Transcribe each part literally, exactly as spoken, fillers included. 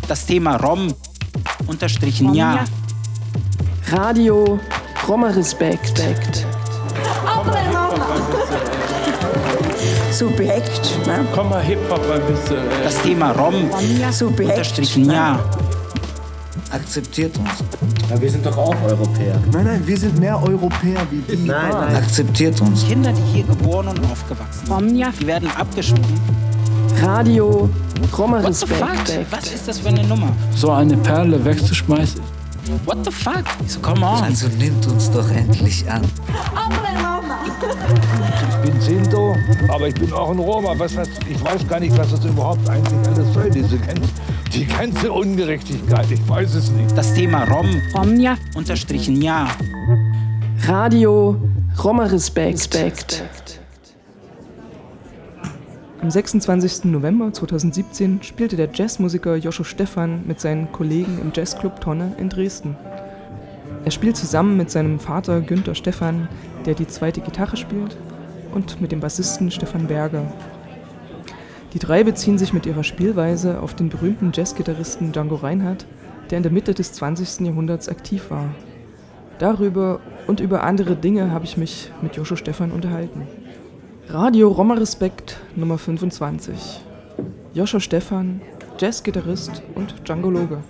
Das Thema Rom unterstrichen ja. Radio Roma Respekt. Subjekt, ne? Komm mal Hip-Hop ein bisschen. Äh. Das Thema Rom Subjekt, unterstrichen ne? ja. Akzeptiert uns. Ja, wir sind doch auch Europäer. Nein, nein, wir sind mehr Europäer wie die. Nein, nein. Akzeptiert uns. Kinder, die hier geboren und aufgewachsen sind, die werden abgeschoben. Radio Roma What the fuck? Respekt. Was ist das für eine Nummer? So eine Perle wegzuschmeißen. What the fuck? So, come on. Also nimmt uns doch endlich an. Ich bin Sinto, aber ich bin auch ein Roma. Was das, ich weiß gar nicht, was das überhaupt eigentlich alles soll, diese ganze, die ganze Ungerechtigkeit. Ich weiß es nicht. Das Thema Rom unterstrichen ja. Radio Roma Respekt. Am sechsundzwanzigsten November zweitausendsiebzehn spielte der Jazzmusiker Joscho Stephan mit seinen Kollegen im Jazzclub Tonne in Dresden. Er spielt zusammen mit seinem Vater Günther Stephan, der die zweite Gitarre spielt, und mit dem Bassisten Stefan Berger. Die drei beziehen sich mit ihrer Spielweise auf den berühmten Jazzgitarristen Django Reinhardt, der in der Mitte des zwanzigsten Jahrhunderts aktiv war. Darüber und über andere Dinge habe ich mich mit Joscho Stephan unterhalten. Radio Roma Respekt Nummer fünfundzwanzig. Joscho Stephan, Jazzgitarrist und Djangologe.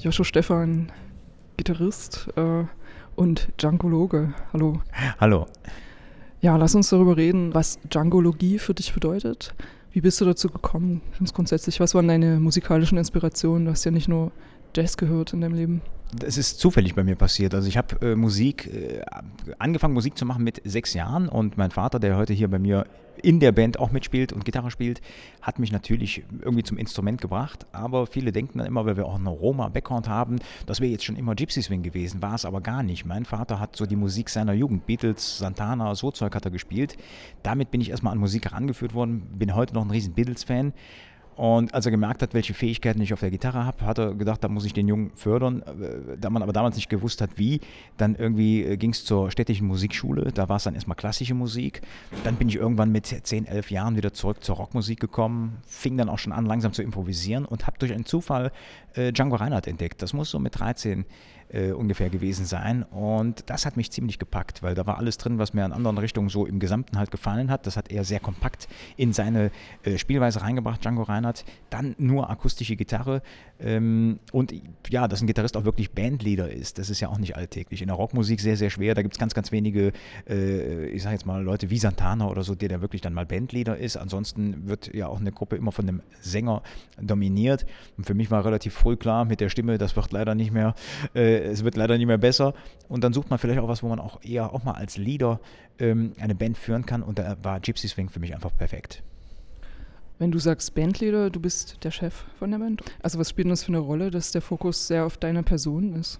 Joscho Stephan, Gitarrist äh, und Djangologe. Hallo. Hallo. Ja, lass uns darüber reden, was Djangologie für dich bedeutet. Wie bist du dazu gekommen, ganz grundsätzlich? Was waren deine musikalischen Inspirationen? Du hast ja nicht nur Jazz gehört in deinem Leben. Es ist zufällig bei mir passiert. Also ich habe äh, Musik, äh, angefangen Musik zu machen mit sechs Jahren und mein Vater, der heute hier bei mir in der Band auch mitspielt und Gitarre spielt, hat mich natürlich irgendwie zum Instrument gebracht. Aber viele denken dann immer, weil wir auch einen Roma-Background haben, das wäre jetzt schon immer Gypsy Swing gewesen. War es aber gar nicht. Mein Vater hat so die Musik seiner Jugend, Beatles, Santana, so Zeug hat er gespielt. Damit bin ich erstmal an Musik herangeführt worden, bin heute noch ein riesen Beatles-Fan. Und als er gemerkt hat, welche Fähigkeiten ich auf der Gitarre habe, hat er gedacht, da muss ich den Jungen fördern. Da man aber damals nicht gewusst hat, wie, dann irgendwie ging es zur städtischen Musikschule. Da war es dann erstmal klassische Musik. Dann bin ich irgendwann mit zehn, elf Jahren wieder zurück zur Rockmusik gekommen, fing dann auch schon an, langsam zu improvisieren und habe durch einen Zufall äh, Django Reinhardt entdeckt. Das muss so mit dreizehn äh, ungefähr gewesen sein. Und das hat mich ziemlich gepackt, weil da war alles drin, was mir in anderen Richtungen so im Gesamten halt gefallen hat. Das hat er sehr kompakt in seine äh, Spielweise reingebracht, Django Reinhardt. Dann nur akustische Gitarre ähm, und ja, dass ein Gitarrist auch wirklich Bandleader ist, das ist ja auch nicht alltäglich. In der Rockmusik sehr, sehr schwer, da gibt es ganz, ganz wenige, äh, ich sage jetzt mal Leute wie Santana oder so, der da wirklich dann mal Bandleader ist. Ansonsten wird ja auch eine Gruppe immer von einem Sänger dominiert und für mich war relativ früh klar, mit der Stimme, das wird leider nicht mehr, äh, es wird leider nicht mehr besser und dann sucht man vielleicht auch was, wo man auch eher auch mal als Leader ähm, eine Band führen kann und da war Gypsy Swing für mich einfach perfekt. Wenn du sagst Bandleader, du bist der Chef von der Band. Also was spielt denn das für eine Rolle, dass der Fokus sehr auf deiner Person ist?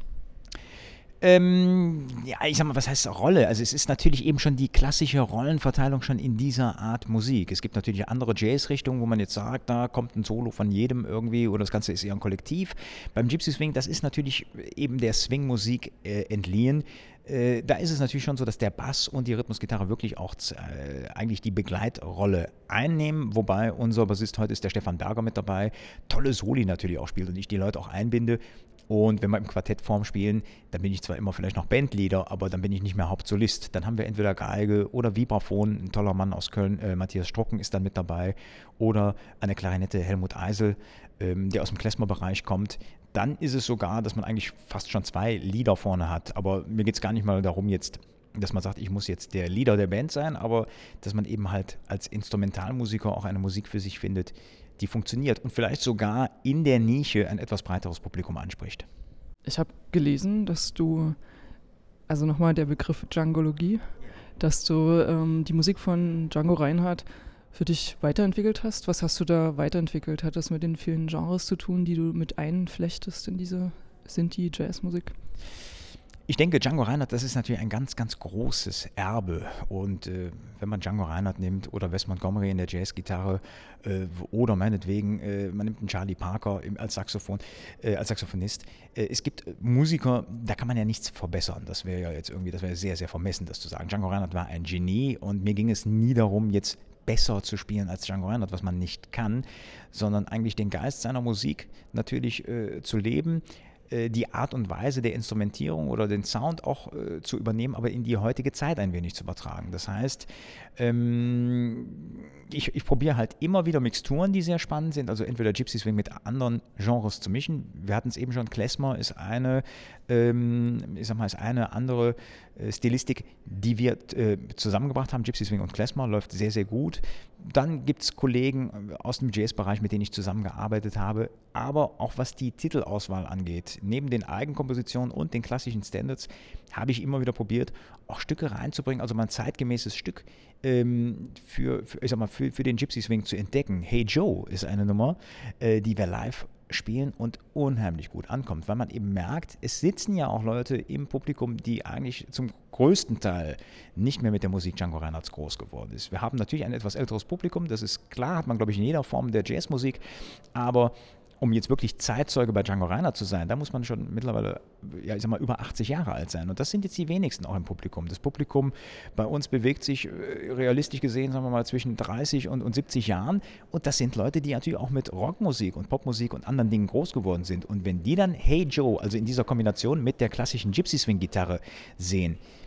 Ähm, ja, ich sag mal, was heißt Rolle? Also es ist natürlich eben schon die klassische Rollenverteilung schon in dieser Art Musik. Es gibt natürlich andere Jazz-Richtungen, wo man jetzt sagt, da kommt ein Solo von jedem irgendwie oder das Ganze ist eher ein Kollektiv. Beim Gypsy Swing, das ist natürlich eben der Swing-Musik äh, entliehen. Äh, da ist es natürlich schon so, dass der Bass und die Rhythmusgitarre wirklich auch äh, eigentlich die Begleitrolle einnehmen, wobei unser Bassist heute ist der Stefan Berger mit dabei, tolle Soli natürlich auch spielt und ich die Leute auch einbinde. Und wenn wir im Quartettform spielen, dann bin ich zwar immer vielleicht noch Bandleader, aber dann bin ich nicht mehr Hauptsolist. Dann haben wir entweder Geige oder Vibraphon, ein toller Mann aus Köln, äh, Matthias Strucken ist dann mit dabei, oder an der Klarinette Helmut Eisel, ähm, der aus dem Klezmer-Bereich kommt. Dann ist es sogar, dass man eigentlich fast schon zwei Lieder vorne hat. Aber mir geht es gar nicht mal darum jetzt, dass man sagt, ich muss jetzt der Leader der Band sein, aber dass man eben halt als Instrumentalmusiker auch eine Musik für sich findet, die funktioniert und vielleicht sogar in der Nische ein etwas breiteres Publikum anspricht. Ich habe gelesen, dass du, also nochmal der Begriff Djangologie, dass du ähm, die Musik von Django Reinhardt für dich weiterentwickelt hast. Was hast du da weiterentwickelt? Hat das mit den vielen Genres zu tun, die du mit einflechtest in diese Sinti-Jazz-Musik? Ich denke, Django Reinhardt, das ist natürlich ein ganz, ganz großes Erbe. Und äh, wenn man Django Reinhardt nimmt oder Wes Montgomery in der Jazzgitarre äh, oder meinetwegen, äh, man nimmt einen Charlie Parker im, als, Saxophon, äh, als Saxophonist. Äh, es gibt Musiker, da kann man ja nichts verbessern. Das wäre ja jetzt irgendwie, das wäre sehr, sehr vermessen, das zu sagen. Django Reinhardt war ein Genie und mir ging es nie darum, jetzt besser zu spielen als Django Reinhardt, was man nicht kann, sondern eigentlich den Geist seiner Musik natürlich äh, zu leben, die Art und Weise der Instrumentierung oder den Sound auch äh, zu übernehmen, aber in die heutige Zeit ein wenig zu übertragen. Das heißt, ähm, ich, ich probiere halt immer wieder Mixturen, die sehr spannend sind, also entweder Gypsy Swing mit anderen Genres zu mischen. Wir hatten es eben schon, Klezmer ist eine, ähm, ich sag mal, ist eine andere äh, Stilistik, die wir äh, zusammengebracht haben. Gypsy Swing und Klezmer läuft sehr, sehr gut. Dann gibt es Kollegen aus dem Jazz-Bereich, mit denen ich zusammengearbeitet habe, aber auch was die Titelauswahl angeht, neben den Eigenkompositionen und den klassischen Standards, habe ich immer wieder probiert, auch Stücke reinzubringen, also mal ein zeitgemäßes Stück ähm, für, für, ich sag mal, für, für den Gypsy Swing zu entdecken. Hey Joe ist eine Nummer, äh, die wir live spielen und unheimlich gut ankommt, weil man eben merkt, es sitzen ja auch Leute im Publikum, die eigentlich zum größten Teil nicht mehr mit der Musik Django Reinhardts groß geworden ist. Wir haben natürlich ein etwas älteres Publikum, das ist klar, hat man glaube ich in jeder Form der Jazzmusik, aber um jetzt wirklich Zeitzeuge bei Django Reinhardt zu sein, da muss man schon mittlerweile, ja, ich sag mal, über achtzig Jahre alt sein. Und das sind jetzt die wenigsten auch im Publikum. Das Publikum bei uns bewegt sich realistisch gesehen, sagen wir mal, zwischen dreißig und, und siebzig Jahren. Und das sind Leute, die natürlich auch mit Rockmusik und Popmusik und anderen Dingen groß geworden sind. Und wenn die dann Hey Joe, also in dieser Kombination mit der klassischen Gypsy Swing Gitarre sehen,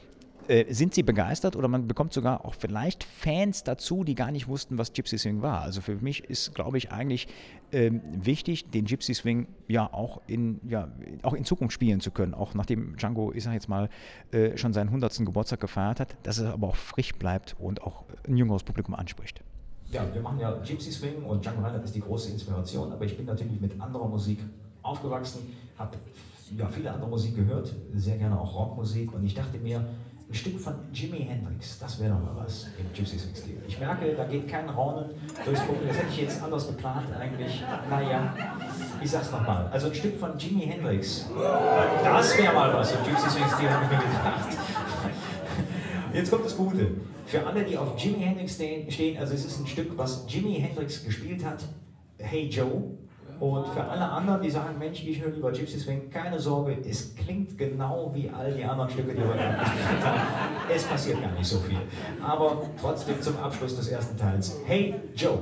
äh, sind sie begeistert oder man bekommt sogar auch vielleicht Fans dazu, die gar nicht wussten, was Gypsy Swing war. Also für mich ist, glaube ich, eigentlich ähm, wichtig, den Gypsy Swing ja auch in, ja auch in Zukunft spielen zu können. Auch nachdem Django, ich sage jetzt mal, äh, schon seinen hundertsten Geburtstag gefeiert hat, dass es aber auch frisch bleibt und auch ein jüngeres Publikum anspricht. Ja, wir machen ja Gypsy Swing und Django Reinhardt ist die große Inspiration, aber ich bin natürlich mit anderer Musik aufgewachsen, habe ja, viele andere Musik gehört, sehr gerne auch Rockmusik und ich dachte mir, ein Stück von Jimi Hendrix, das wäre doch mal was im Gypsy Swing Stil. Ich merke, da geht kein Raunen durchs Publikum, das hätte ich jetzt anders geplant eigentlich, naja, ich sag's nochmal, also ein Stück von Jimi Hendrix, das wäre mal was im Gypsy Swing Stil, habe ich mir gedacht. Jetzt kommt das Gute. Für alle, die auf Jimi Hendrix stehen, also es ist ein Stück, was Jimi Hendrix gespielt hat, Hey Joe. Und für alle anderen, die sagen, Mensch, ich höre lieber Gypsy Swing, keine Sorge, es klingt genau wie all die anderen Stücke, die wir heute gespielt haben. Es passiert gar nicht so viel. Aber trotzdem zum Abschluss des ersten Teils, Hey Joe.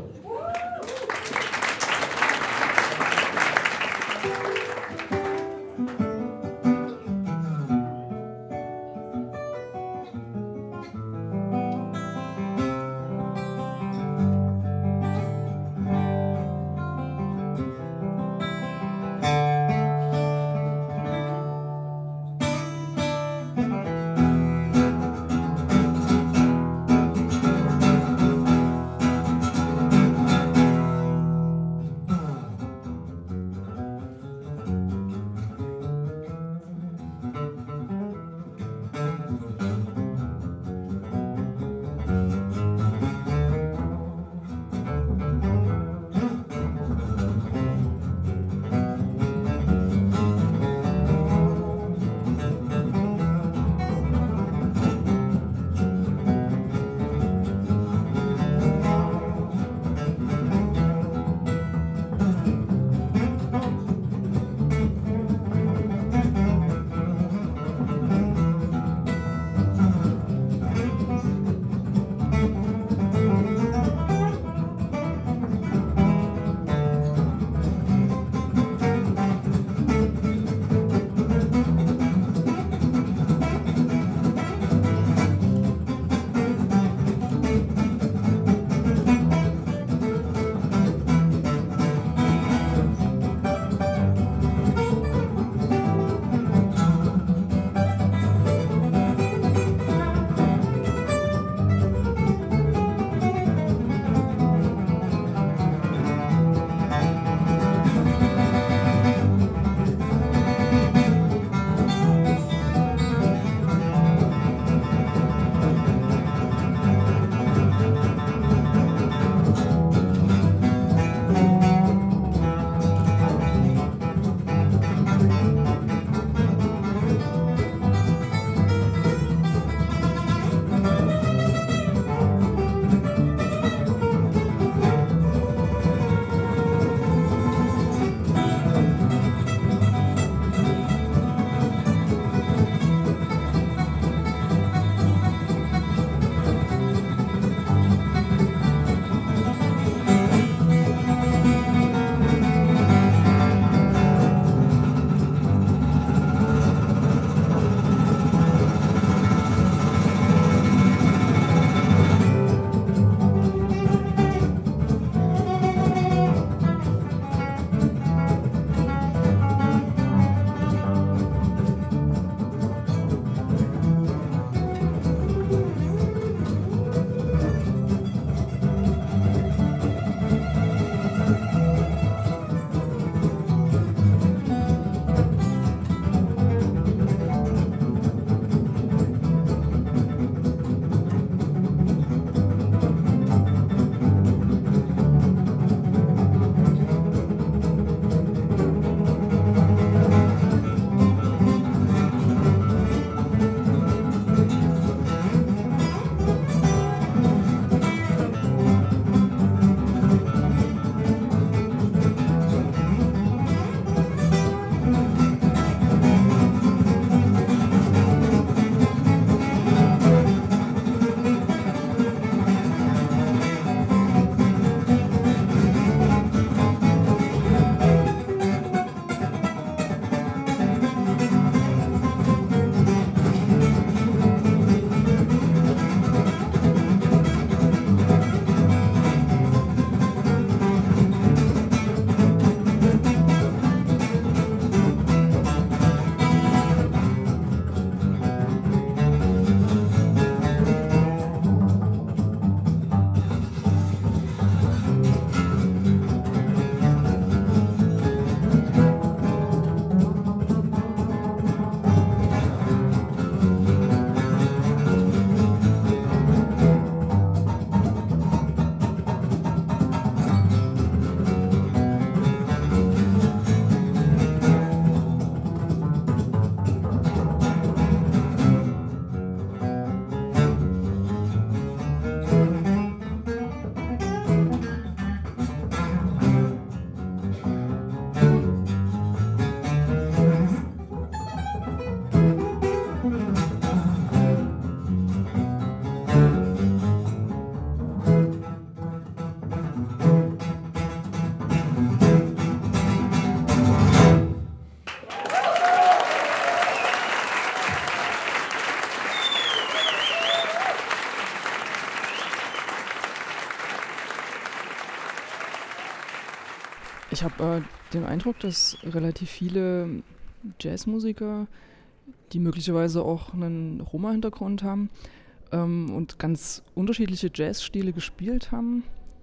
Ich habe äh, den Eindruck, dass relativ viele Jazzmusiker, die möglicherweise auch einen Roma-Hintergrund haben ähm, und ganz unterschiedliche Jazzstile gespielt haben,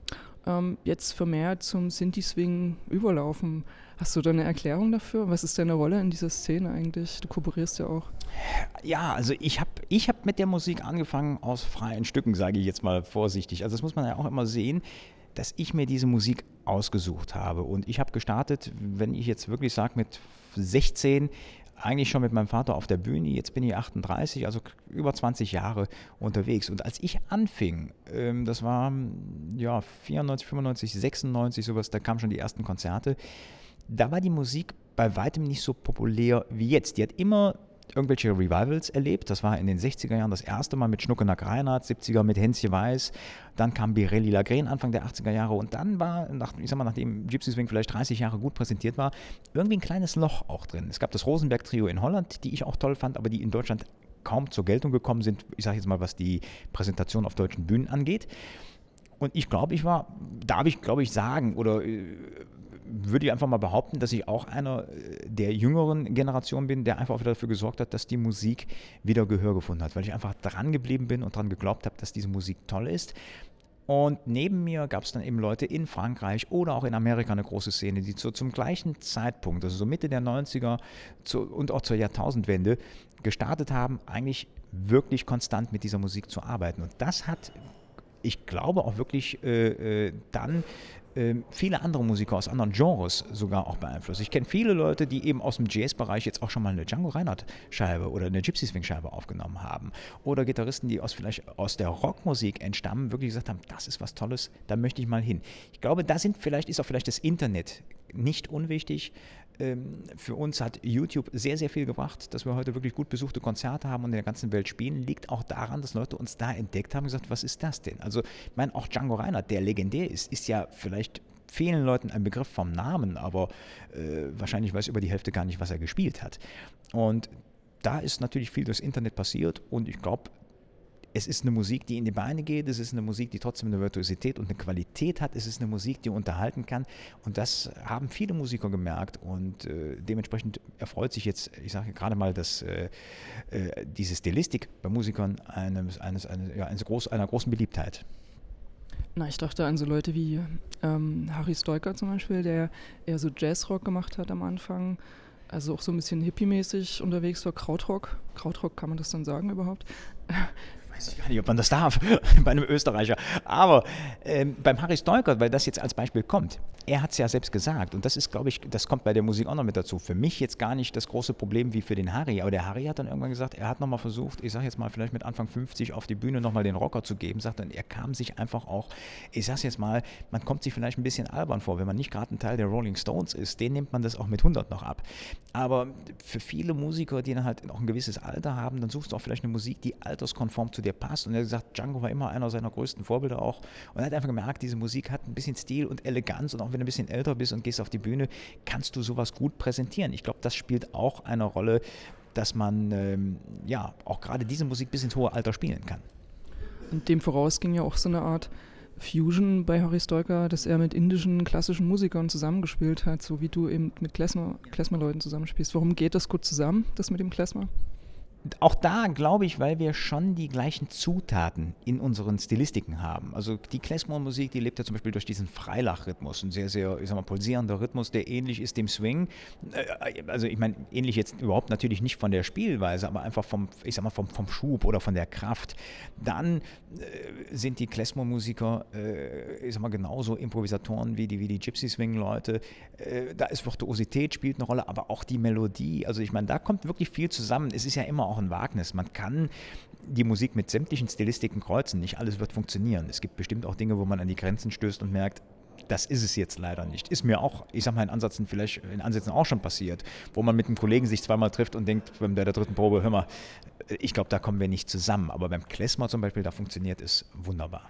ähm, jetzt vermehrt zum Sinti-Swing überlaufen. Hast du da eine Erklärung dafür? Was ist deine Rolle in dieser Szene eigentlich? Du kooperierst ja auch. Ja, also ich habe ich hab mit der Musik angefangen aus freien Stücken, sage ich jetzt mal vorsichtig. Also das muss man ja auch immer sehen, dass ich mir diese Musik ausgesucht habe. Und ich habe gestartet, wenn ich jetzt wirklich sage, mit sechzehn, eigentlich schon mit meinem Vater auf der Bühne. Jetzt bin ich achtunddreißig, also über zwanzig Jahre unterwegs. Und als ich anfing, ähm, das war ja vierundneunzig, fünfundneunzig, sechsundneunzig, sowas, da kamen schon die ersten Konzerte. Da war die Musik bei weitem nicht so populär wie jetzt. Die hat immer irgendwelche Revivals erlebt. Das war in den sechziger Jahren das erste Mal mit Schnuckenack Reinhardt, siebziger mit Hänschen Weiß. Dann kam Birelli Lagren Anfang der achtziger Jahre. Und dann war, nach, ich sag mal, nachdem Gypsy Swing vielleicht dreißig Jahre gut präsentiert war, irgendwie ein kleines Loch auch drin. Es gab das Rosenberg-Trio in Holland, die ich auch toll fand, aber die in Deutschland kaum zur Geltung gekommen sind. Ich sage jetzt mal, was die Präsentation auf deutschen Bühnen angeht. Und ich glaube, ich war, darf ich glaube ich sagen, oder äh, würde ich einfach mal behaupten, dass ich auch einer der jüngeren Generationen bin, der einfach auch wieder dafür gesorgt hat, dass die Musik wieder Gehör gefunden hat, weil ich einfach dran geblieben bin und dran geglaubt habe, dass diese Musik toll ist. Und neben mir gab es dann eben Leute in Frankreich oder auch in Amerika eine große Szene, die zu, zum gleichen Zeitpunkt, also so Mitte der neunziger zu, und auch zur Jahrtausendwende gestartet haben, eigentlich wirklich konstant mit dieser Musik zu arbeiten. Und das hat, ich glaube, auch wirklich äh, äh, dann viele andere Musiker aus anderen Genres sogar auch beeinflusst. Ich kenne viele Leute, die eben aus dem Jazz-Bereich jetzt auch schon mal eine Django Reinhardt-Scheibe oder eine Gypsy Swing-Scheibe aufgenommen haben. Oder Gitarristen, die aus vielleicht aus der Rockmusik entstammen, wirklich gesagt haben, das ist was Tolles, da möchte ich mal hin. Ich glaube, da sind vielleicht, ist auch vielleicht das Internet nicht unwichtig. Für uns hat YouTube sehr, sehr viel gebracht, dass wir heute wirklich gut besuchte Konzerte haben und in der ganzen Welt spielen, liegt auch daran, dass Leute uns da entdeckt haben und gesagt, was ist das denn? Also, ich meine, auch Django Reinhardt, der legendär ist, ist ja vielleicht vielen Leuten ein Begriff vom Namen, aber äh, wahrscheinlich weiß über die Hälfte gar nicht, was er gespielt hat. Und da ist natürlich viel durchs Internet passiert und ich glaube, es ist eine Musik, die in die Beine geht, es ist eine Musik, die trotzdem eine Virtuosität und eine Qualität hat, es ist eine Musik, die unterhalten kann und das haben viele Musiker gemerkt und äh, dementsprechend erfreut sich jetzt, ich sage gerade mal, dass äh, äh, diese Stilistik bei Musikern eines, eines, eines, ja, eines groß, einer großen Beliebtheit. Na, ich dachte an so Leute wie ähm, Harry Stoiker zum Beispiel, der eher so Jazzrock gemacht hat am Anfang, also auch so ein bisschen hippie-mäßig unterwegs war, Krautrock. Krautrock, kann man das dann sagen überhaupt? Weiß ich gar nicht, ob man das darf, bei einem Österreicher. Aber ähm, beim Harry Stoiker, weil das jetzt als Beispiel kommt, er hat es ja selbst gesagt und das ist, glaube ich, das kommt bei der Musik auch noch mit dazu. Für mich jetzt gar nicht das große Problem wie für den Harry, aber der Harry hat dann irgendwann gesagt, er hat nochmal versucht, ich sage jetzt mal vielleicht mit Anfang fünfzig auf die Bühne nochmal den Rocker zu geben, sagt dann, er kam sich einfach auch, ich sage jetzt mal, man kommt sich vielleicht ein bisschen albern vor, wenn man nicht gerade ein Teil der Rolling Stones ist, den nimmt man das auch mit hundert noch ab. Aber für viele Musiker, die dann halt auch ein gewisses Alter haben, dann suchst du auch vielleicht eine Musik, die alterskonform zu dir passt. Und er hat gesagt, Django war immer einer seiner größten Vorbilder auch. Und er hat einfach gemerkt, diese Musik hat ein bisschen Stil und Eleganz. Und auch wenn du ein bisschen älter bist und gehst auf die Bühne, kannst du sowas gut präsentieren. Ich glaube, das spielt auch eine Rolle, dass man ähm, ja auch gerade diese Musik bis ins hohe Alter spielen kann. Und dem voraus ging ja auch so eine Art Fusion bei Harry Stoiker, dass er mit indischen klassischen Musikern zusammengespielt hat, so wie du eben mit Klezmer, Klezmer-Leuten zusammenspielst. Warum geht das gut zusammen, das mit dem Klezmer? Auch da glaube ich, weil wir schon die gleichen Zutaten in unseren Stilistiken haben. Also die Klezmer-Musik, die lebt ja zum Beispiel durch diesen Freilach-Rhythmus, ein sehr, sehr, ich sag mal, pulsierender Rhythmus, der ähnlich ist dem Swing. Also ich meine, ähnlich jetzt überhaupt natürlich nicht von der Spielweise, aber einfach vom, ich sag mal, vom, vom Schub oder von der Kraft. Dann äh, sind die Klezmer-Musiker, äh, ich sag mal, genauso Improvisatoren wie die, wie die Gypsy-Swing-Leute. Äh, da ist Virtuosität, spielt eine Rolle, aber auch die Melodie. Also ich meine, da kommt wirklich viel zusammen. Es ist ja immer auch ein Wagnis. Man kann die Musik mit sämtlichen Stilistiken kreuzen. Nicht alles wird funktionieren. Es gibt bestimmt auch Dinge, wo man an die Grenzen stößt und merkt, das ist es jetzt leider nicht. Ist mir auch, ich sag mal, in Ansätzen vielleicht in Ansätzen auch schon passiert, wo man mit einem Kollegen sich zweimal trifft und denkt, bei der dritten Probe, hör mal, ich glaube, da kommen wir nicht zusammen. Aber beim Klezmer zum Beispiel, da funktioniert es wunderbar.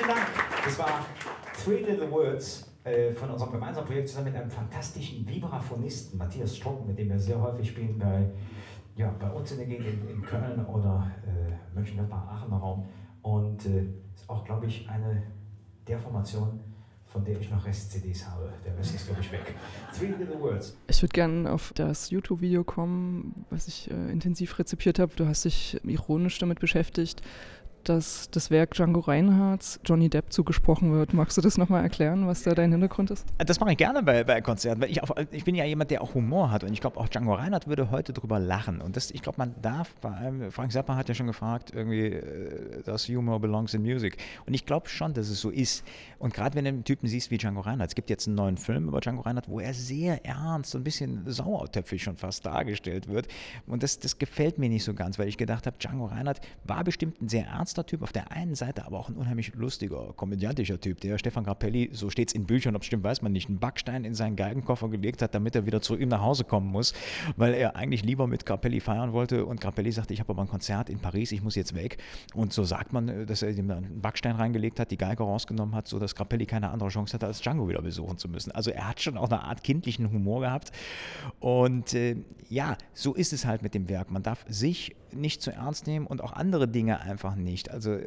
Vielen Dank. Das war Three Little Words äh, von unserem gemeinsamen Projekt zusammen mit einem fantastischen Vibraphonisten, Matthias Struck, mit dem wir sehr häufig spielen bei, ja, bei uns in der Gegend in, in Köln oder äh, Mönchengladbach, Aachener Raum. Und äh, ist auch, glaube ich, eine der Formationen, von der ich noch Rest-C Ds habe. Der Rest ist, glaube ich, weg. Three Little Words. Ich würde gerne auf das YouTube-Video kommen, was ich äh, intensiv rezipiert habe. Du hast dich ironisch damit beschäftigt, dass das Werk Django Reinhardts Johnny Depp zugesprochen wird. Magst du das nochmal erklären, was da dein Hintergrund ist? Das mache ich gerne bei, bei Konzerten, weil ich, auch, ich bin ja jemand, der auch Humor hat und ich glaube auch Django Reinhardt würde heute drüber lachen und das, ich glaube, man darf bei einem, Frank Zappa hat ja schon gefragt, irgendwie, das Humor belongs in music und ich glaube schon, dass es so ist und gerade wenn du einen Typen siehst wie Django Reinhardt, es gibt jetzt einen neuen Film über Django Reinhardt, wo er sehr ernst, so ein bisschen sauertöpfig schon fast dargestellt wird und das, das gefällt mir nicht so ganz, weil ich gedacht habe, Django Reinhardt war bestimmt ein sehr ernster Typ, auf der einen Seite aber auch ein unheimlich lustiger, komödiantischer Typ, der Stefan Grappelli, so steht es in Büchern, ob es stimmt, weiß man nicht, einen Backstein in seinen Geigenkoffer gelegt hat, damit er wieder zu ihm nach Hause kommen muss, weil er eigentlich lieber mit Grappelli feiern wollte und Grappelli sagte, ich habe aber ein Konzert in Paris, ich muss jetzt weg und so sagt man, dass er ihm einen Backstein reingelegt hat, die Geige rausgenommen hat, sodass Grappelli keine andere Chance hatte, als Django wieder besuchen zu müssen. Also er hat schon auch eine Art kindlichen Humor gehabt und äh, ja, so ist es halt mit dem Werk. Man darf sich nicht zu ernst nehmen und auch andere Dinge einfach nicht. Also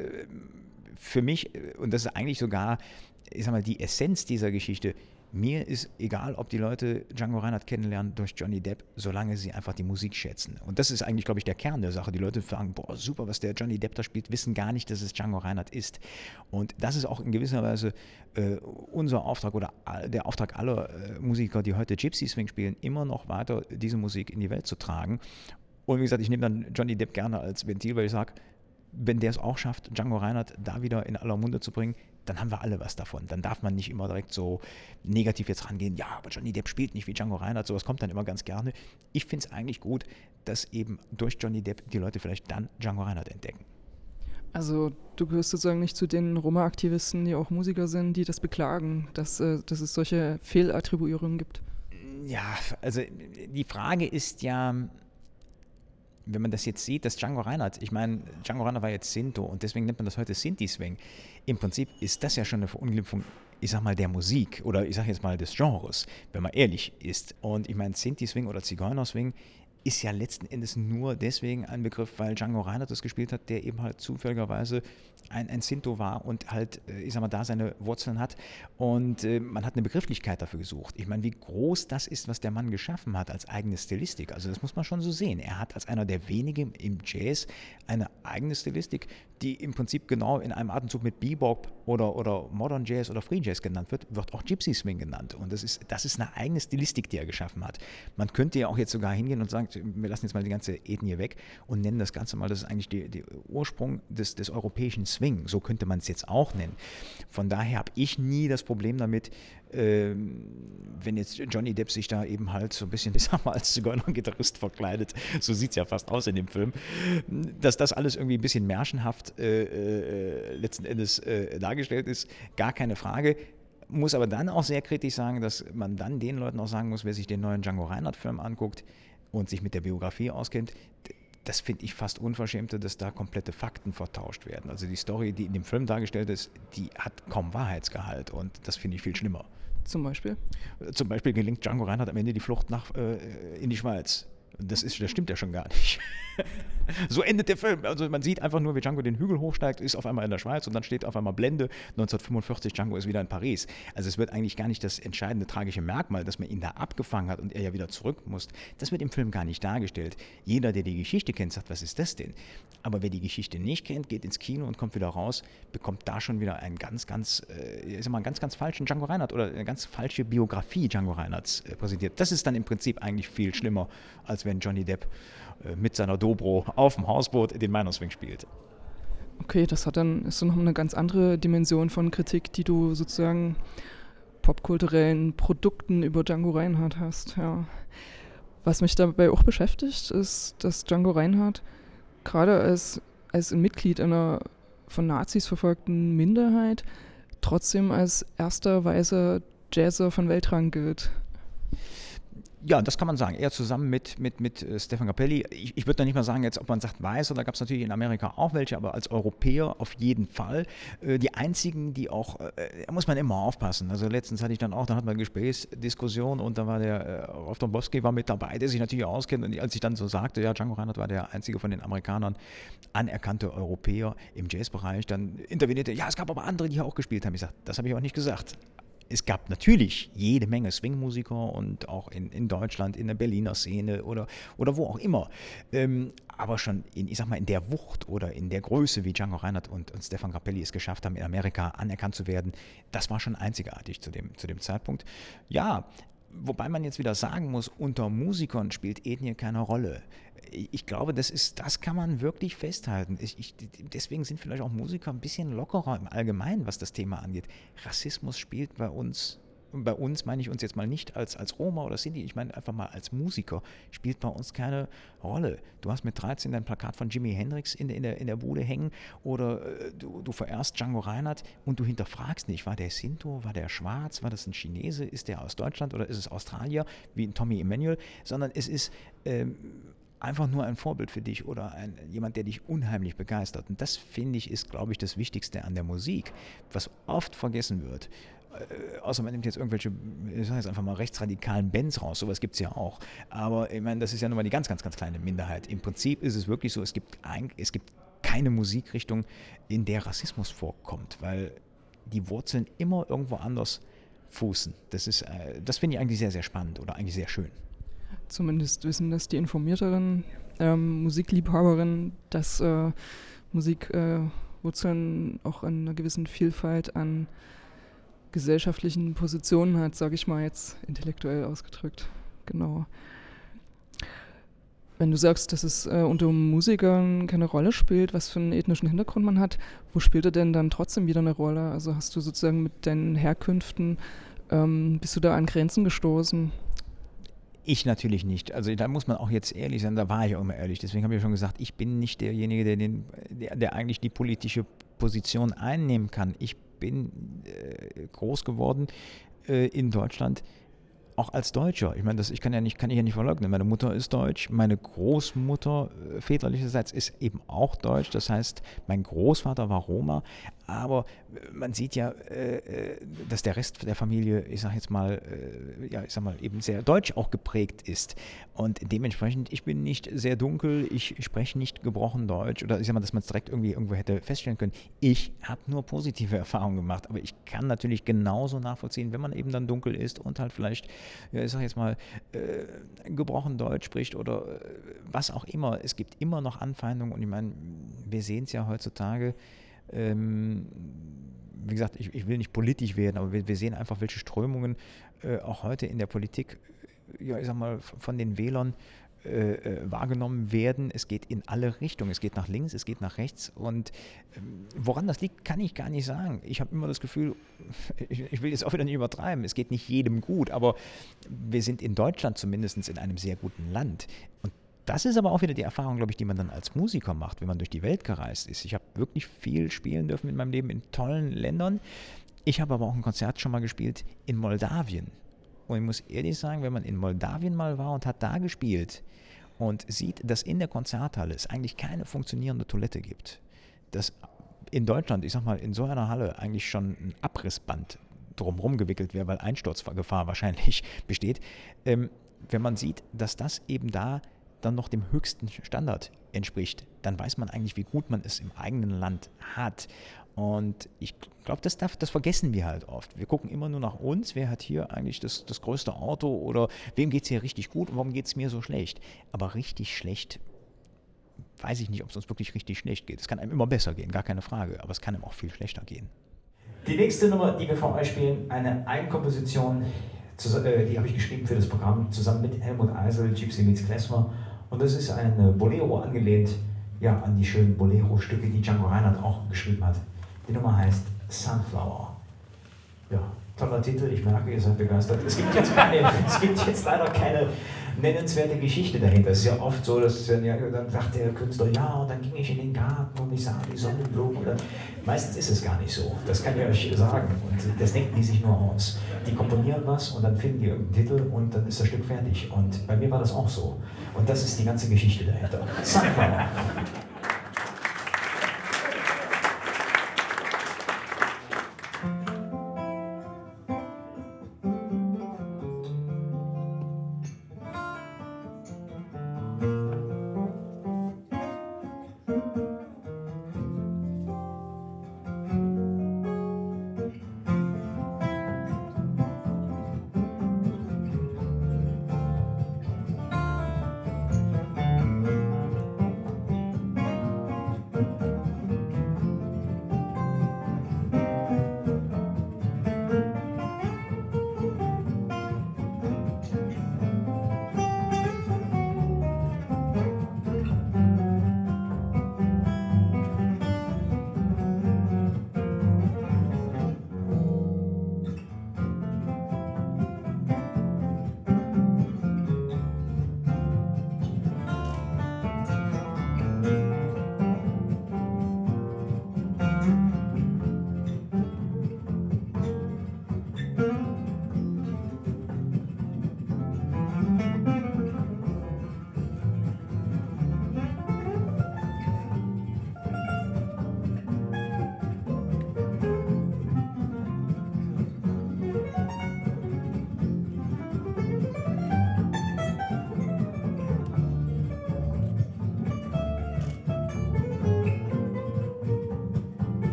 für mich, und das ist eigentlich sogar, ich sag mal, die Essenz dieser Geschichte, mir ist egal, ob die Leute Django Reinhardt kennenlernen durch Johnny Depp, solange sie einfach die Musik schätzen. Und das ist eigentlich, glaube ich, der Kern der Sache. Die Leute fragen, boah, super, was der Johnny Depp da spielt, wissen gar nicht, dass es Django Reinhardt ist. Und das ist auch in gewisser Weise äh, unser Auftrag oder der Auftrag aller äh, Musiker, die heute Gypsy Swing spielen, immer noch weiter diese Musik in die Welt zu tragen. Und wie gesagt, ich nehme dann Johnny Depp gerne als Ventil, weil ich sage, wenn der es auch schafft, Django Reinhardt da wieder in aller Munde zu bringen, dann haben wir alle was davon. Dann darf man nicht immer direkt so negativ jetzt rangehen, ja, aber Johnny Depp spielt nicht wie Django Reinhardt, sowas kommt dann immer ganz gerne. Ich finde es eigentlich gut, dass eben durch Johnny Depp die Leute vielleicht dann Django Reinhardt entdecken. Also du gehörst sozusagen nicht zu den Roma-Aktivisten, die auch Musiker sind, die das beklagen, dass, äh, dass es solche Fehlattribuierungen gibt? Ja, also die Frage ist ja, wenn man das jetzt sieht, dass Django Reinhardt, ich meine, Django Reinhardt war jetzt Sinto und deswegen nennt man das heute Sinti-Swing. Im Prinzip ist das ja schon eine Verunglimpfung, ich sag mal, der Musik oder ich sag jetzt mal des Genres, wenn man ehrlich ist. Und ich meine, Sinti-Swing oder Zigeuner-Swing ist ja letzten Endes nur deswegen ein Begriff, weil Django Reinhardt das gespielt hat, der eben halt zufälligerweise ein, ein Sinto war und halt, ich sag mal, da seine Wurzeln hat. Und äh, man hat eine Begrifflichkeit dafür gesucht. Ich meine, wie groß das ist, was der Mann geschaffen hat als eigene Stilistik. Also das muss man schon so sehen. Er hat als einer der wenigen im Jazz eine eigene Stilistik, die im Prinzip genau in einem Atemzug mit Bebop oder, oder Modern Jazz oder Free Jazz genannt wird, wird auch Gypsy Swing genannt. Und das ist, das ist eine eigene Stilistik, die er geschaffen hat. Man könnte ja auch jetzt sogar hingehen und sagen, wir lassen jetzt mal die ganze Ethnie weg und nennen das Ganze mal, das ist eigentlich der Ursprung des, des europäischen Swing. So könnte man es jetzt auch nennen. Von daher habe ich nie das Problem damit, äh, wenn jetzt Johnny Depp sich da eben halt so ein bisschen, ich sag mal, als Zigeuner-Gitarrist verkleidet, so sieht es ja fast aus in dem Film, dass das alles irgendwie ein bisschen märchenhaft äh, äh, letzten Endes äh, dargestellt ist, gar keine Frage. Muss aber dann auch sehr kritisch sagen, dass man dann den Leuten auch sagen muss, wer sich den neuen Django Reinhardt-Film anguckt und sich mit der Biografie auskennt, das finde ich fast unverschämt, dass da komplette Fakten vertauscht werden. Also die Story, die in dem Film dargestellt ist, die hat kaum Wahrheitsgehalt und das finde ich viel schlimmer. Zum Beispiel? Zum Beispiel gelingt Django Reinhardt am Ende die Flucht nach, äh, in die Schweiz. Das, ist, das stimmt ja schon gar nicht. So endet der Film. Also man sieht einfach nur, wie Django den Hügel hochsteigt, ist auf einmal in der Schweiz und dann steht auf einmal Blende, neunzehnhundertfünfundvierzig, Django ist wieder in Paris. Also es wird eigentlich gar nicht das entscheidende tragische Merkmal, dass man ihn da abgefangen hat und er ja wieder zurück muss. Das wird im Film gar nicht dargestellt. Jeder, der die Geschichte kennt, sagt, was ist das denn? Aber wer die Geschichte nicht kennt, geht ins Kino und kommt wieder raus, bekommt da schon wieder einen ganz, ganz, äh, ich sag mal, einen ganz, ganz falschen Django Reinhardt oder eine ganz falsche Biografie Django Reinhardts äh, präsentiert. Das ist dann im Prinzip eigentlich viel schlimmer, als wenn Johnny Depp äh, mit seiner Dobro auf dem Hausboot den Minor Swing spielt. Okay, das hat dann, ist dann noch eine ganz andere Dimension von Kritik, die du sozusagen popkulturellen Produkten über Django Reinhardt hast. Ja. Was mich dabei auch beschäftigt, ist, dass Django Reinhardt gerade als, als ein Mitglied einer von Nazis verfolgten Minderheit trotzdem als erster weißer Jazzer von Weltrang gilt. Ja, das kann man sagen. Eher zusammen mit, mit, mit äh, Stefan Grappelli. Ich, ich würde da nicht mal sagen, jetzt, ob man sagt weiß, oder gab es natürlich in Amerika auch welche, aber als Europäer auf jeden Fall. Äh, die einzigen, die auch, äh, da muss man immer aufpassen. Also letztens hatte ich dann auch, da hatten wir eine Gesprächsdiskussion und da war der äh, Rolf Dombowski war mit dabei, der sich natürlich auskennt. Und als ich dann so sagte, ja, Django Reinhardt war der einzige von den Amerikanern anerkannte Europäer im Jazzbereich, dann intervenierte, ja, es gab aber andere, die hier auch gespielt haben. Ich sagte, das habe ich auch nicht gesagt. Es gab natürlich jede Menge Swing-Musiker und auch in, in Deutschland, in der Berliner Szene oder, oder wo auch immer. Ähm, aber schon in, ich sag mal, in der Wucht oder in der Größe, wie Django Reinhardt und, und Stefan Grappelli es geschafft haben, in Amerika anerkannt zu werden, das war schon einzigartig zu dem, zu dem Zeitpunkt. Ja, wobei man jetzt wieder sagen muss, unter Musikern spielt Ethnie keine Rolle. Ich glaube, das ist, das kann man wirklich festhalten. Ich, ich, deswegen sind vielleicht auch Musiker ein bisschen lockerer im Allgemeinen, was das Thema angeht. Rassismus spielt bei uns, bei uns meine ich uns jetzt mal nicht als, als Roma oder Sinti, ich meine einfach mal als Musiker, spielt bei uns keine Rolle. Du hast mit dreizehn dein Plakat von Jimi Hendrix in, in, der, in der Bude hängen oder äh, du, du verehrst Django Reinhardt und du hinterfragst nicht, war der Sinto, war der schwarz, war das ein Chinese, ist der aus Deutschland oder ist es Australier, wie ein Tommy Emmanuel, sondern es ist ähm, einfach nur ein Vorbild für dich oder ein, jemand, der dich unheimlich begeistert. Und das, finde ich, ist, glaube ich, das Wichtigste an der Musik, was oft vergessen wird. Äh, außer man nimmt jetzt irgendwelche, ich sage jetzt einfach mal, rechtsradikalen Bands raus, sowas gibt es ja auch. Aber ich meine, das ist ja nun mal die ganz, ganz, ganz kleine Minderheit. Im Prinzip ist es wirklich so, es gibt, ein, es gibt keine Musikrichtung, in der Rassismus vorkommt, weil die Wurzeln immer irgendwo anders fußen. Das ist, äh, das finde ich eigentlich sehr, sehr spannend oder eigentlich sehr schön. Zumindest wissen das die informierteren ähm, Musikliebhaberinnen, dass äh, Musik äh, Wurzeln auch in einer gewissen Vielfalt an gesellschaftlichen Positionen hat, sage ich mal jetzt intellektuell ausgedrückt. Genau. Wenn du sagst, dass es äh, unter Musikern keine Rolle spielt, was für einen ethnischen Hintergrund man hat, wo spielt er denn dann trotzdem wieder eine Rolle? Also hast du sozusagen mit deinen Herkünften, ähm, bist du da an Grenzen gestoßen? Ich natürlich nicht. Also da muss man auch jetzt ehrlich sein, da war ich auch immer ehrlich. Deswegen habe ich schon gesagt, ich bin nicht derjenige, der, den, der, der eigentlich die politische Position einnehmen kann. Ich bin äh, groß geworden äh, in Deutschland, auch als Deutscher. Ich meine, das ich kann ja nicht, kann ich ja nicht verleugnen. Meine Mutter ist deutsch, meine Großmutter äh, väterlicherseits ist eben auch deutsch. Das heißt, mein Großvater war Roma. Aber man sieht ja, äh, dass der Rest der Familie, ich sag jetzt mal, äh, ja, ich sag mal, eben sehr deutsch auch geprägt ist. Und dementsprechend, ich bin nicht sehr dunkel, ich spreche nicht gebrochen Deutsch oder ich sag mal, dass man es direkt irgendwie irgendwo hätte feststellen können. Ich habe nur positive Erfahrungen gemacht, aber ich kann natürlich genauso nachvollziehen, wenn man eben dann dunkel ist und halt vielleicht, ja, ich sag jetzt mal, äh, gebrochen Deutsch spricht oder äh, was auch immer. Es gibt immer noch Anfeindungen und ich meine, wir sehen es ja heutzutage. Ähm, wie gesagt, ich, ich will nicht politisch werden, aber wir, wir sehen einfach, welche Strömungen äh, auch heute in der Politik, ja, ich sag mal, von den Wählern äh, äh, wahrgenommen werden. Es geht in alle Richtungen. Es geht nach links, es geht nach rechts. Und ähm, woran das liegt, kann ich gar nicht sagen. Ich habe immer das Gefühl, ich, ich will jetzt auch wieder nicht übertreiben, es geht nicht jedem gut, aber wir sind in Deutschland zumindest in einem sehr guten Land. Und das ist aber auch wieder die Erfahrung, glaube ich, die man dann als Musiker macht, wenn man durch die Welt gereist ist. Ich habe wirklich viel spielen dürfen in meinem Leben in tollen Ländern. Ich habe aber auch ein Konzert schon mal gespielt in Moldawien. Und ich muss ehrlich sagen, wenn man in Moldawien mal war und hat da gespielt und sieht, dass in der Konzerthalle es eigentlich keine funktionierende Toilette gibt, dass in Deutschland, ich sag mal, in so einer Halle eigentlich schon ein Abrissband drumherum gewickelt wäre, weil Einsturzgefahr wahrscheinlich besteht. Ähm, wenn man sieht, dass das eben da dann noch dem höchsten Standard entspricht, dann weiß man eigentlich, wie gut man es im eigenen Land hat. Und ich glaube, das, darf, das vergessen wir halt oft. Wir gucken immer nur nach uns, wer hat hier eigentlich das, das größte Auto oder wem geht es hier richtig gut und warum geht es mir so schlecht. Aber richtig schlecht, weiß ich nicht, ob es uns wirklich richtig schlecht geht. Es kann einem immer besser gehen, gar keine Frage, aber es kann einem auch viel schlechter gehen. Die nächste Nummer, die wir für euch spielen, eine Eigenkomposition, die habe ich geschrieben für das Programm, zusammen mit Helmut Eisel, Gypsy meets Klezmer. Und das ist ein Bolero angelehnt, ja, an die schönen Bolero-Stücke, die Django Reinhardt auch geschrieben hat. Die Nummer heißt Sunflower. Ja, toller Titel, ich merke, ihr seid begeistert. Es gibt jetzt, keine, es gibt jetzt leider keine nennenswerte Geschichte dahinter. Es ist ja oft so, dass dann, ja, dann sagt der Künstler, ja, und dann ging ich in den Garten und ich sah die Sonnenblumen. Oder meistens ist es gar nicht so. Das kann ich euch sagen. Und das denken die sich nur aus. Die komponieren was und dann finden die irgendeinen Titel und dann ist das Stück fertig. Und bei mir war das auch so. Und das ist die ganze Geschichte dahinter. Sunflower.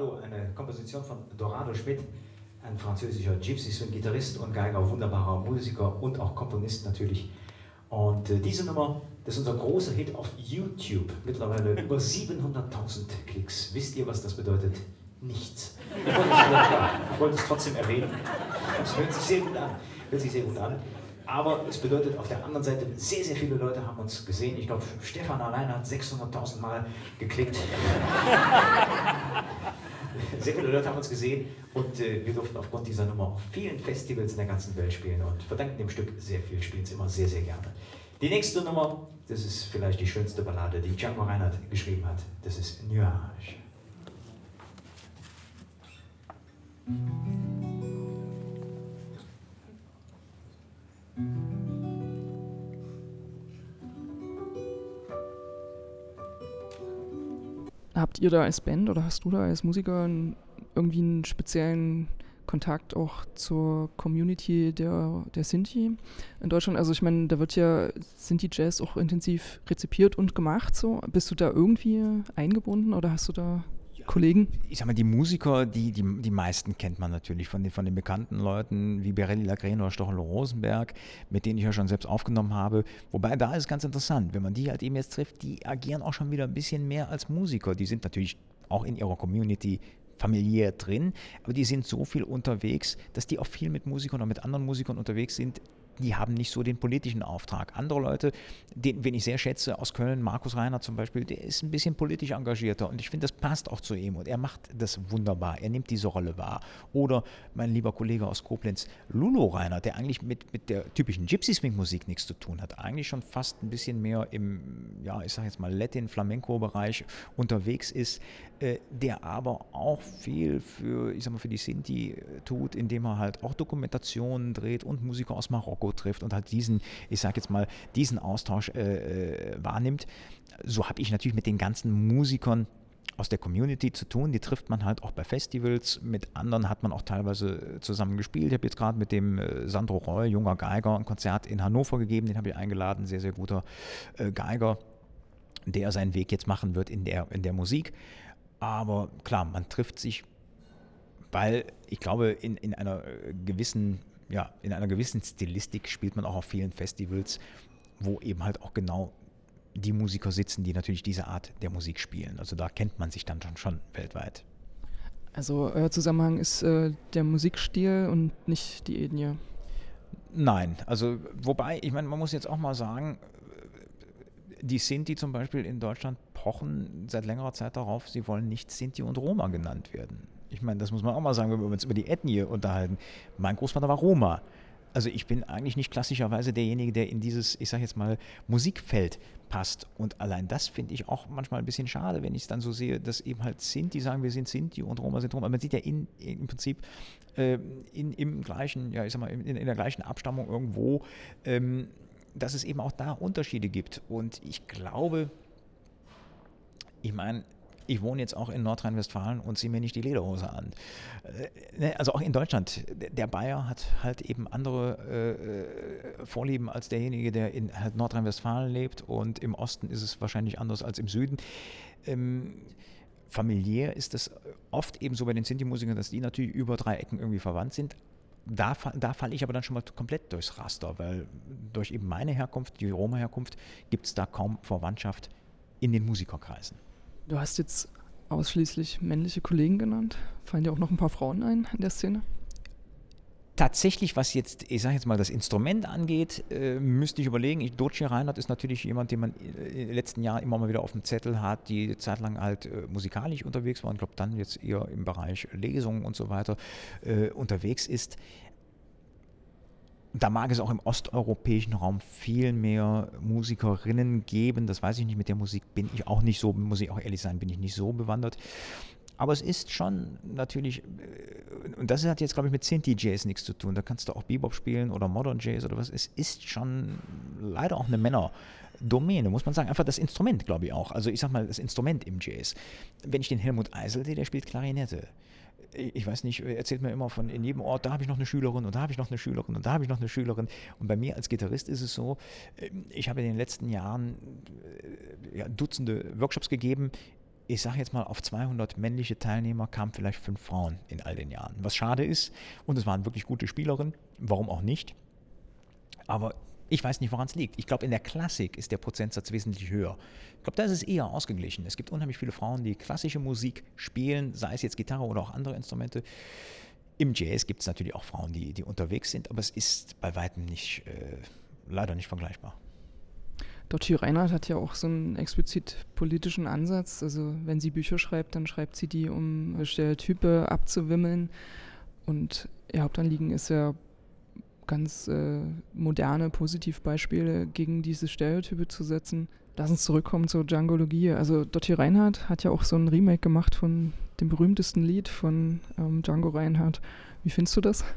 Dorado, eine Komposition von Dorado Schmidt, ein französischer Gypsy Swing Gitarrist und Geiger, wunderbarer Musiker und auch Komponist natürlich. Und äh, diese Nummer, das ist unser großer Hit auf YouTube, mittlerweile über siebenhunderttausend Klicks. Wisst ihr, was das bedeutet? Nichts. Ich wollte es, ja, ich wollte es trotzdem erwähnen. Es hört sich sehr gut an. Hört sich sehr gut an. Aber es bedeutet auf der anderen Seite, sehr, sehr viele Leute haben uns gesehen. Ich glaube, Stefan allein hat sechshunderttausend Mal geklickt. Sehr viele Leute haben uns gesehen und äh, wir durften aufgrund dieser Nummer auf vielen Festivals in der ganzen Welt spielen und verdanken dem Stück sehr viel, spielen es immer sehr, sehr gerne. Die nächste Nummer, das ist vielleicht die schönste Ballade, die Django Reinhardt geschrieben hat. Das ist Nuage. Habt ihr da als Band oder hast du da als Musiker einen, irgendwie einen speziellen Kontakt auch zur Community der, der Sinti in Deutschland? Also ich meine, da wird ja Sinti-Jazz auch intensiv rezipiert und gemacht. So. Bist du da irgendwie eingebunden oder hast du da Kollegen? Ich sag mal, die Musiker, die, die, die meisten kennt man natürlich von den, von den bekannten Leuten wie Birelli Lagren oder Stochelo Rosenberg, mit denen ich ja schon selbst aufgenommen habe. Wobei, da ist es ganz interessant, wenn man die halt eben jetzt trifft, die agieren auch schon wieder ein bisschen mehr als Musiker. Die sind natürlich auch in ihrer Community familiär drin, aber die sind so viel unterwegs, dass die auch viel mit Musikern oder mit anderen Musikern unterwegs sind. Die haben nicht so den politischen Auftrag. Andere Leute, den, wen ich sehr schätze, aus Köln, Markus Reinhardt zum Beispiel, der ist ein bisschen politisch engagierter und ich finde, das passt auch zu ihm und er macht das wunderbar. Er nimmt diese Rolle wahr. Oder mein lieber Kollege aus Koblenz, Lulo Reinhardt, der eigentlich mit, mit der typischen Gypsy-Swing-Musik nichts zu tun hat, eigentlich schon fast ein bisschen mehr im, ja, ich sage jetzt mal Latin-Flamenco-Bereich unterwegs ist, äh, der aber auch viel für, ich sag mal, für die Sinti tut, indem er halt auch Dokumentationen dreht und Musiker aus Marokko trifft und halt diesen, ich sag jetzt mal, diesen Austausch äh, wahrnimmt. So habe ich natürlich mit den ganzen Musikern aus der Community zu tun. Die trifft man halt auch bei Festivals. Mit anderen hat man auch teilweise zusammen gespielt. Ich habe jetzt gerade mit dem äh, Sandro Roy, junger Geiger, ein Konzert in Hannover gegeben. Den habe ich eingeladen. Sehr, sehr guter äh, Geiger, der seinen Weg jetzt machen wird in der, in der Musik. Aber klar, man trifft sich, weil ich glaube, in, in einer gewissen Ja, in einer gewissen Stilistik spielt man auch auf vielen Festivals, wo eben halt auch genau die Musiker sitzen, die natürlich diese Art der Musik spielen. Also da kennt man sich dann schon, schon weltweit. Also euer Zusammenhang ist äh, der Musikstil und nicht die Ethnie? Nein, also wobei, ich meine, man muss jetzt auch mal sagen, die Sinti zum Beispiel in Deutschland pochen seit längerer Zeit darauf, sie wollen nicht Sinti und Roma genannt werden. Ich meine, das muss man auch mal sagen, wenn wir uns über die Ethnie unterhalten. Mein Großvater war Roma. Also ich bin eigentlich nicht klassischerweise derjenige, der in dieses, ich sage jetzt mal, Musikfeld passt. Und allein das finde ich auch manchmal ein bisschen schade, wenn ich es dann so sehe, dass eben halt Sinti sagen, wir sind Sinti und Roma sind Roma. Man sieht ja in, im Prinzip äh, in, im gleichen, ja ich sag mal, in, in der gleichen Abstammung irgendwo, ähm, dass es eben auch da Unterschiede gibt. Und ich glaube, ich meine, ich wohne jetzt auch in Nordrhein-Westfalen und ziehe mir nicht die Lederhose an. Also auch in Deutschland. Der Bayer hat halt eben andere äh, Vorlieben als derjenige, der in halt Nordrhein-Westfalen lebt. Und im Osten ist es wahrscheinlich anders als im Süden. Ähm, familiär ist es oft eben so bei den Sinti-Musikern, dass die natürlich über drei Ecken irgendwie verwandt sind. Da, da falle ich aber dann schon mal komplett durchs Raster, weil durch eben meine Herkunft, die Roma-Herkunft, gibt es da kaum Verwandtschaft in den Musikerkreisen. Du hast jetzt ausschließlich männliche Kollegen genannt. Fallen dir auch noch ein paar Frauen ein in der Szene? Tatsächlich, was jetzt, ich sage jetzt mal, das Instrument angeht, äh, müsste ich überlegen. Ich, Doce Reinhardt ist natürlich jemand, den man in den letzten Jahren immer mal wieder auf dem Zettel hat, die zeitlang halt äh, musikalisch unterwegs war und glaube dann jetzt eher im Bereich Lesungen und so weiter äh, unterwegs ist. Da mag es auch im osteuropäischen Raum viel mehr Musikerinnen geben. Das weiß ich nicht, mit der Musik bin ich auch nicht so, muss ich auch ehrlich sein, bin ich nicht so bewandert. Aber es ist schon natürlich, und das hat jetzt, glaube ich, mit Sinti-Jazz nichts zu tun. Da kannst du auch Bebop spielen oder Modern Jazz oder was. Es ist schon leider auch eine Männerdomäne, muss man sagen. Einfach das Instrument, glaube ich auch. Also ich sag mal, das Instrument im Jazz. Wenn ich den Helmut Eisel sehe, der spielt Klarinette. Ich weiß nicht, er erzählt mir immer von in jedem Ort, da habe ich noch eine Schülerin und da habe ich noch eine Schülerin und da habe ich noch eine Schülerin. Und bei mir als Gitarrist ist es so, ich habe in den letzten Jahren ja, Dutzende Workshops gegeben ich sage jetzt mal, auf zweihundert männliche Teilnehmer kamen vielleicht fünf Frauen in all den Jahren. Was schade ist, und es waren wirklich gute Spielerinnen, warum auch nicht. Aber ich weiß nicht, woran es liegt. Ich glaube, in der Klassik ist der Prozentsatz wesentlich höher. Ich glaube, da ist es eher ausgeglichen. Es gibt unheimlich viele Frauen, die klassische Musik spielen, sei es jetzt Gitarre oder auch andere Instrumente. Im Jazz gibt es natürlich auch Frauen, die, die unterwegs sind, aber es ist bei weitem nicht, äh, leider nicht vergleichbar. Dottie Reinhardt hat ja auch so einen explizit politischen Ansatz. Also wenn sie Bücher schreibt, dann schreibt sie die, um Stereotype abzuwimmeln. Und ihr Hauptanliegen ist ja ganz äh, moderne Positivbeispiele gegen diese Stereotype zu setzen. Lass uns zurückkommen zur Djangologie. Also Dottie Reinhardt hat ja auch so ein Remake gemacht von dem berühmtesten Lied von ähm, Django Reinhardt. Wie findest du das?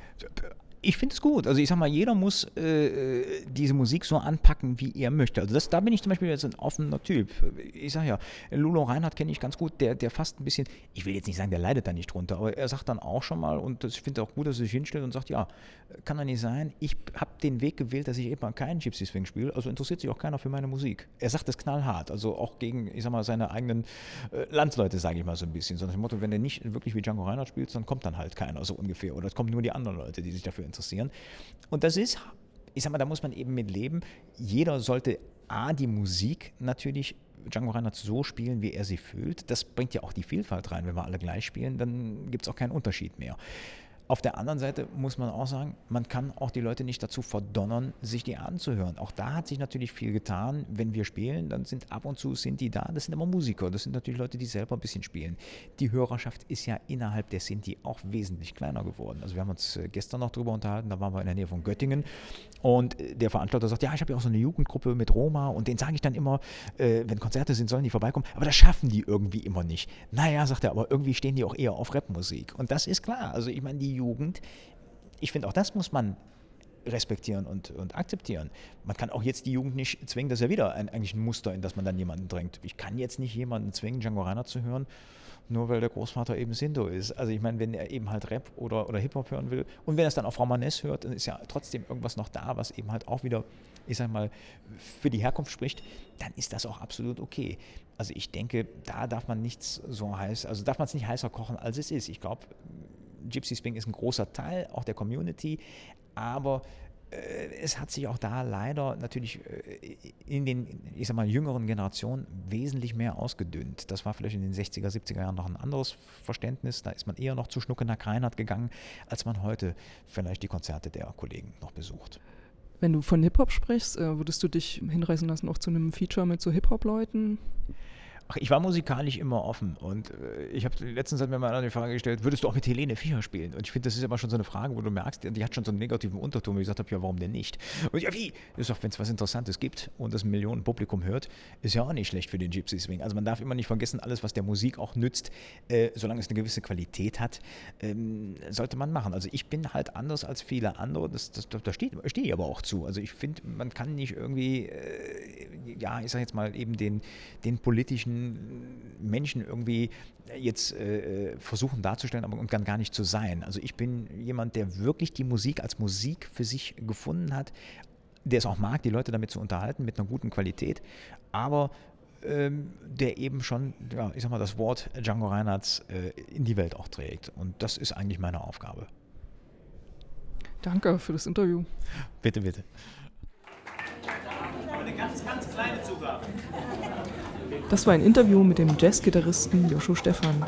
Ich finde es gut. Also ich sag mal, jeder muss äh, diese Musik so anpacken, wie er möchte. Also das, da bin ich zum Beispiel jetzt ein offener Typ. Ich sag ja, Lulo Reinhardt kenne ich ganz gut, der, der fast ein bisschen, ich will jetzt nicht sagen, der leidet da nicht drunter, aber er sagt dann auch schon mal, und das, ich finde auch gut, dass er sich hinstellt und sagt, ja, kann doch nicht sein, ich habe den Weg gewählt, dass ich eben keinen Gypsy Swing spiele, also interessiert sich auch keiner für meine Musik. Er sagt das knallhart, also auch gegen, ich sag mal, seine eigenen äh, Landsleute, sage ich mal so ein bisschen. So nach dem Motto, wenn er nicht wirklich wie Django Reinhardt spielt, dann kommt dann halt keiner so ungefähr, oder es kommen nur die anderen Leute, die sich dafür interessieren. Und das ist, ich sag mal, da muss man eben mit leben. Jeder sollte A, die Musik natürlich Django Reinhardt so spielen, wie er sie fühlt. Das bringt ja auch die Vielfalt rein. Wenn wir alle gleich spielen, dann gibt es auch keinen Unterschied mehr. Auf der anderen Seite muss man auch sagen, man kann auch die Leute nicht dazu verdonnern, sich die anzuhören. Auch da hat sich natürlich viel getan. Wenn wir spielen, dann sind ab und zu sind die da. Das sind immer Musiker. Das sind natürlich Leute, die selber ein bisschen spielen. Die Hörerschaft ist ja innerhalb der Sinti auch wesentlich kleiner geworden. Also wir haben uns gestern noch drüber unterhalten, da waren wir in der Nähe von Göttingen und der Veranstalter sagt, ja, ich habe ja auch so eine Jugendgruppe mit Roma und denen sage ich dann immer, äh, wenn Konzerte sind, sollen die vorbeikommen. Aber das schaffen die irgendwie immer nicht. Naja, sagt er, aber irgendwie stehen die auch eher auf Rapmusik. Und das ist klar. Also ich meine, die Jugend, ich finde auch das muss man respektieren und, und akzeptieren. Man kann auch jetzt die Jugend nicht zwingen, das ist ja wieder ein, eigentlich ein Muster, in das man dann jemanden drängt. Ich kann jetzt nicht jemanden zwingen, Django Reinhardt zu hören, nur weil der Großvater eben Sinto ist. Also ich meine, wenn er eben halt Rap oder, oder Hip-Hop hören will und wenn er es dann auf Romanes hört, dann ist ja trotzdem irgendwas noch da, was eben halt auch wieder, ich sag mal, für die Herkunft spricht, dann ist das auch absolut okay. Also ich denke, da darf man nichts so heiß, also darf man es nicht heißer kochen, als es ist. Ich glaube, Gypsy Swing ist ein großer Teil auch der Community, aber äh, es hat sich auch da leider natürlich äh, in den, ich sag mal, jüngeren Generationen wesentlich mehr ausgedünnt. Das war vielleicht in den sechziger, siebziger Jahren noch ein anderes Verständnis. Da ist man eher noch zu Schnucke nach Reinhardt gegangen, als man heute vielleicht die Konzerte der Kollegen noch besucht. Wenn du von Hip-Hop sprichst, äh, würdest du dich hinreißen lassen auch zu einem Feature mit so Hip-Hop-Leuten? Ach, ich war musikalisch immer offen und äh, ich habe letztens hat mir mal eine Frage gestellt, würdest du auch mit Helene Fischer spielen? Und ich finde, das ist immer schon so eine Frage, wo du merkst, die hat schon so einen negativen Unterton, wo ich gesagt habe, ja, warum denn nicht? Und ich, ja, wie? Das ist doch, wenn es was Interessantes gibt und das ein Millionen Publikum hört, ist ja auch nicht schlecht für den Gypsy Swing. Also man darf immer nicht vergessen, alles, was der Musik auch nützt, äh, solange es eine gewisse Qualität hat, ähm, sollte man machen. Also ich bin halt anders als viele andere, das, das, da stehe steh ich aber auch zu. Also ich finde, man kann nicht irgendwie, äh, ja, ich sage jetzt mal eben den, den politischen Menschen irgendwie jetzt äh, versuchen darzustellen, aber und gar nicht zu sein. Also ich bin jemand, der wirklich die Musik als Musik für sich gefunden hat, der es auch mag, die Leute damit zu unterhalten, mit einer guten Qualität, aber ähm, der eben schon, ja, ich sag mal, das Wort Django Reinhardt äh, in die Welt auch trägt. Und das ist eigentlich meine Aufgabe. Danke für das Interview. Bitte, bitte. Eine ganz, ganz kleine Zugabe. Das war ein Interview mit dem Jazzgitarristen Joscho Stephan.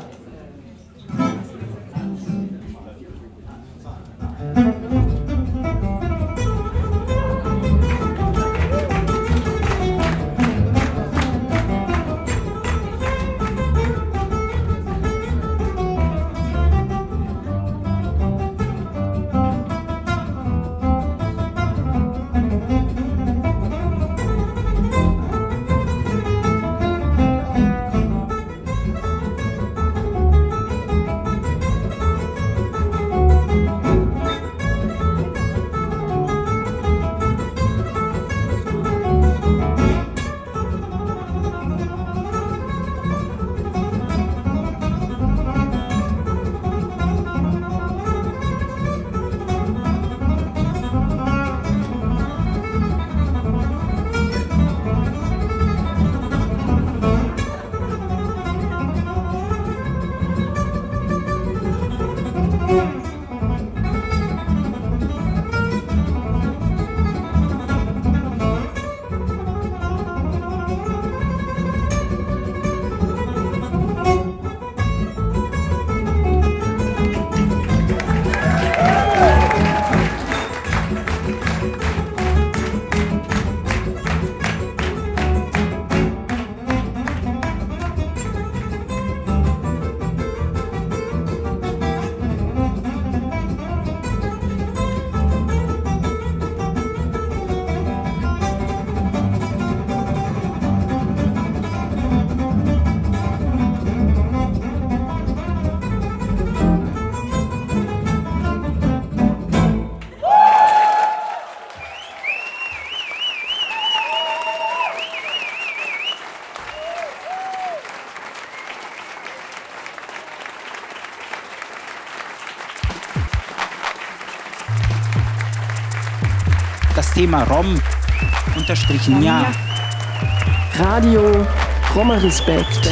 Das Thema Rom unterstrichen ja. Radio Roma Respekt.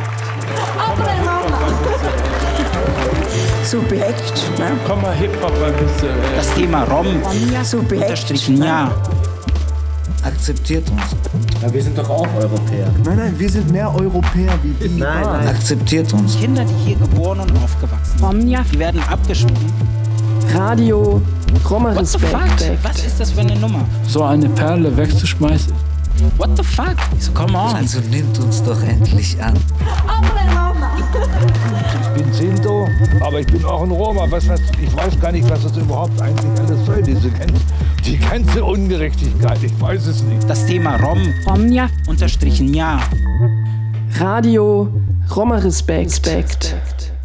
Subjekt, ne? Komm mal Hip-Hop ein bisschen. Äh. Das Thema Rom Subjekt, unterstrichen ja. Akzeptiert uns. Ja, wir sind doch auch Europäer. Nein, nein, wir sind mehr Europäer wie die. Nein, nein. Akzeptiert uns. Kinder, die hier geboren und aufgewachsen sind, die werden abgeschoben. Radio Roma What the fuck? Respekt. Was ist das für eine Nummer? So eine Perle wegzuschmeißen. What the fuck? So, come on. Also nimmt uns doch endlich an. Ich bin Sinto, aber ich bin auch ein Roma. Was, was, ich weiß gar nicht, was das überhaupt eigentlich alles soll, diese ganze, die ganze Ungerechtigkeit. Ich weiß es nicht. Das Thema Rom unterstrichen ja. Radio Roma Respekt.